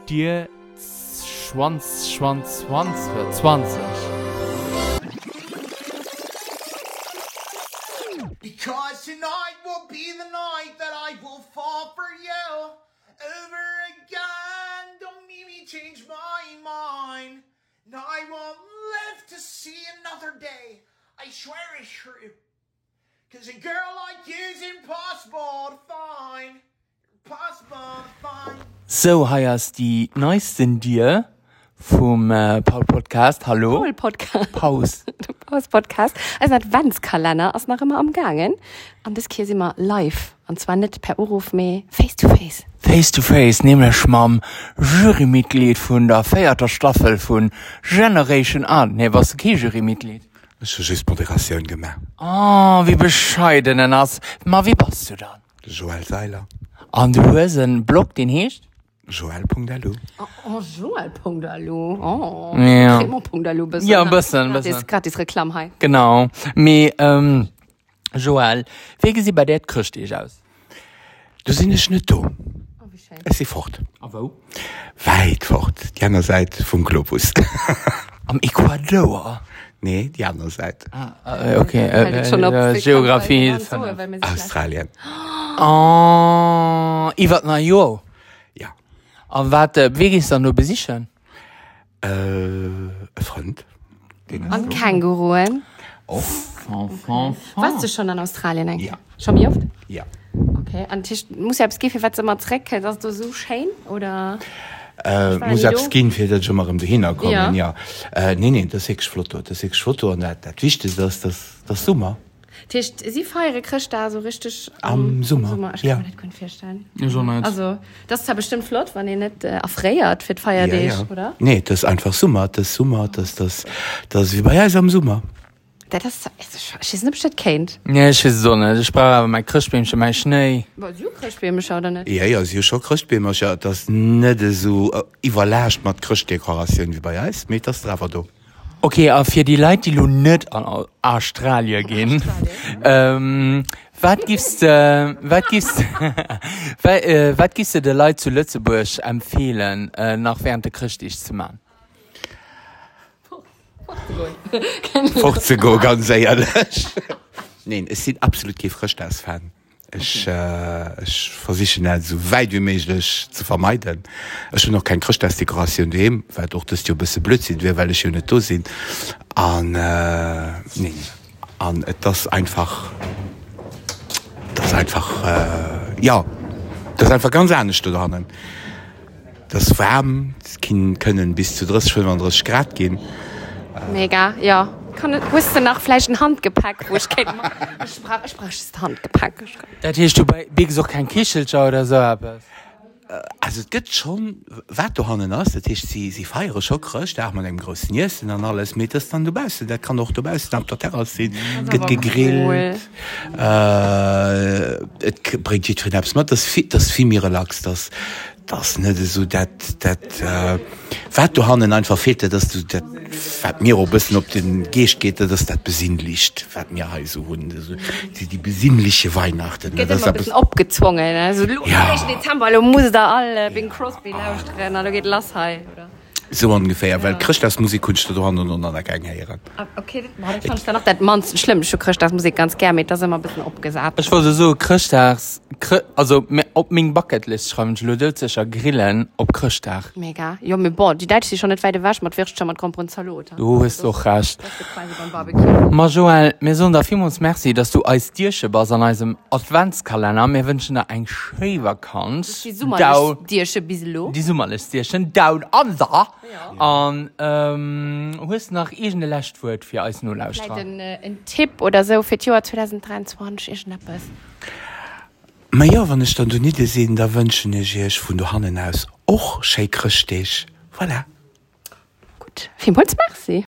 dir Schwanz 20. Because tonight will be the night that I will fall for you over again. Don't make me change my mind. And I won't live to see another day. I swear it's true. Cause a girl like you's impossible to find. Impossible to find. So, heißt die neuesten dir vom Paul Podcast. Hallo? Paul Podcast. Pause. Pause Podcast. Also ein Adventskalender ist noch immer am Gangen. Und das hier sind wir live. Und zwar nicht per Anruf mehr, face to face. Face to face, nämlich mam Jurymitglied von der 4. Staffel von Generation A. Ne, was kein Jurymitglied? Ich habe just Moderation gemacht. Ah, wie bescheiden denn das. Ma, wie bist du dann? Joel Seiler. Und du hast einen Blog, den heißt? Joel.alu. Oh, Joel.alu. Oh, Ja. Cremant.alu. Ja, ein bisschen. Das ist gratis Reklam hier. Genau. Aber, Joel, wie sieht bei dir christlich aus? Du sind nicht da. Oh, wie schön. Es ist fort. Wo? Weit fort. Die andere Seite vom Globus. Am Ecuador. Nee, die andere Seite. Okay. Schon auf Geografie. Reklam, weil wir sind Australien. Oh, ich war nach Jo. Ja. Und warte, wie gehst du dann nur besichern? Ein Freund. Den Und Känguruen. Oh. Warst du schon in Australien eigentlich? Ja. Schon wie oft? Ja. Okay. Und ich muss ja gehen, was du immer trägst, dass du so schön oder? Muss selbst gehen, für das schon mal hinkommen, Ja. ja. Nee, das ist Foto. Das ist Foto. Und das Wichtigste ist, das Sommer. Sie feiern Christ da so richtig Am Sommer. Ich Ja. kann mir das gut vorstellen. Ja, schon nicht. Also, das ist ja bestimmt flott, wenn ihr nicht erfreiert für die Feier, oder? Nee, das ist einfach Sommer. Das ist wie bei uns am Sommer. Das ist nicht bestimmt kennt. Ja, ich weiß so nicht. Ich brauche aber mein Christbäumchen, mein Schnee. Aber du kriegst bei mir schon, oder nicht? Ja, sie schon Christbäume, ja, das nicht so überlascht mit Christdekoration wie bei uns, mit das drauf da. Okay, aber für die Leute, die noch nicht an Australien gehen, was gibst du den Leuten zu Lützeburg empfehlen, nach während der Christlich zu machen? Portugal, ganz ehrlich. Nein, es sieht absolut kein Frischtagsfan. Ich versichere nicht, so weit wie möglich zu vermeiden. Ich habe noch keine Christtagsdekoration daheim, weil doch das ja ein bisschen Blödsinn wäre, weil ich ja nicht da bin. Und, nee. Und das ist einfach, ja, das ist einfach ganz anders da dran. Das ist warm, das können bis zu 30, 35 Grad gehen. Mega, ja. Hast du noch vielleicht ein Handgepäck, wo ich kenne? Ich brauche das Handgepäck. Das heißt, du bei Big so kein Kichelschau oder so etwas? Also, es gibt schon, was du haben hast, das heißt, sie feiern schon Christ, da hat man einen großen Jessen und alles mit, das dann du bist. Der kann auch du bist, auf der Terrasse sein, es wird gegrillt, es bringt dich für etwas mit, das ist viel mehr relax, das nicht so, was du haben einfach fehlt, dass du, das, was mir auch ein bisschen auf den Geist geht, dass das besinnlicht, was mir halt so haben, die besinnliche Weihnachten. Geht Das immer ein bisschen abgezwungen. Also, Ja. Dezember, du musst da alle Bing Crosby lauschen, da geht Lass heim, oder? so ungefähr, weil Christmusik kannst du da und an der Gang hören. Okay, das fand ich dann noch das Mann schlimm. Ich kriege das Musik ganz gerne mit, das ist immer ein bisschen abgesagt. Ich wollte so also auf mein Bucketlist schreiben, ich würde sicher grillen auf Christtag. Mega. Ja, mir boah, die Deutschen sind schon nicht weit weg, mit Würstchen schon mit Komp und Salat. Du hast doch recht. Das ist quasi beim Barbecue. Ma Joel, wir sagen da vielmals merci, dass du als Dirsche bist an unserem Adventskalender. Wir wünschen dir eine schöne Vakanz. Die Sommer ist dir schon ein bisschen low. Die Sommerlistierchen down under. Und wo ist noch irgendein Letztwort für uns nur Vielleicht lauschen? ein Tipp oder so für das Jahr 2023 ist etwas. Ma ja, wenn ich dann du nicht sehe, da wünsche ich euch von der Hand aus auch schön christlich. Voilà. Gut, vielmals merci.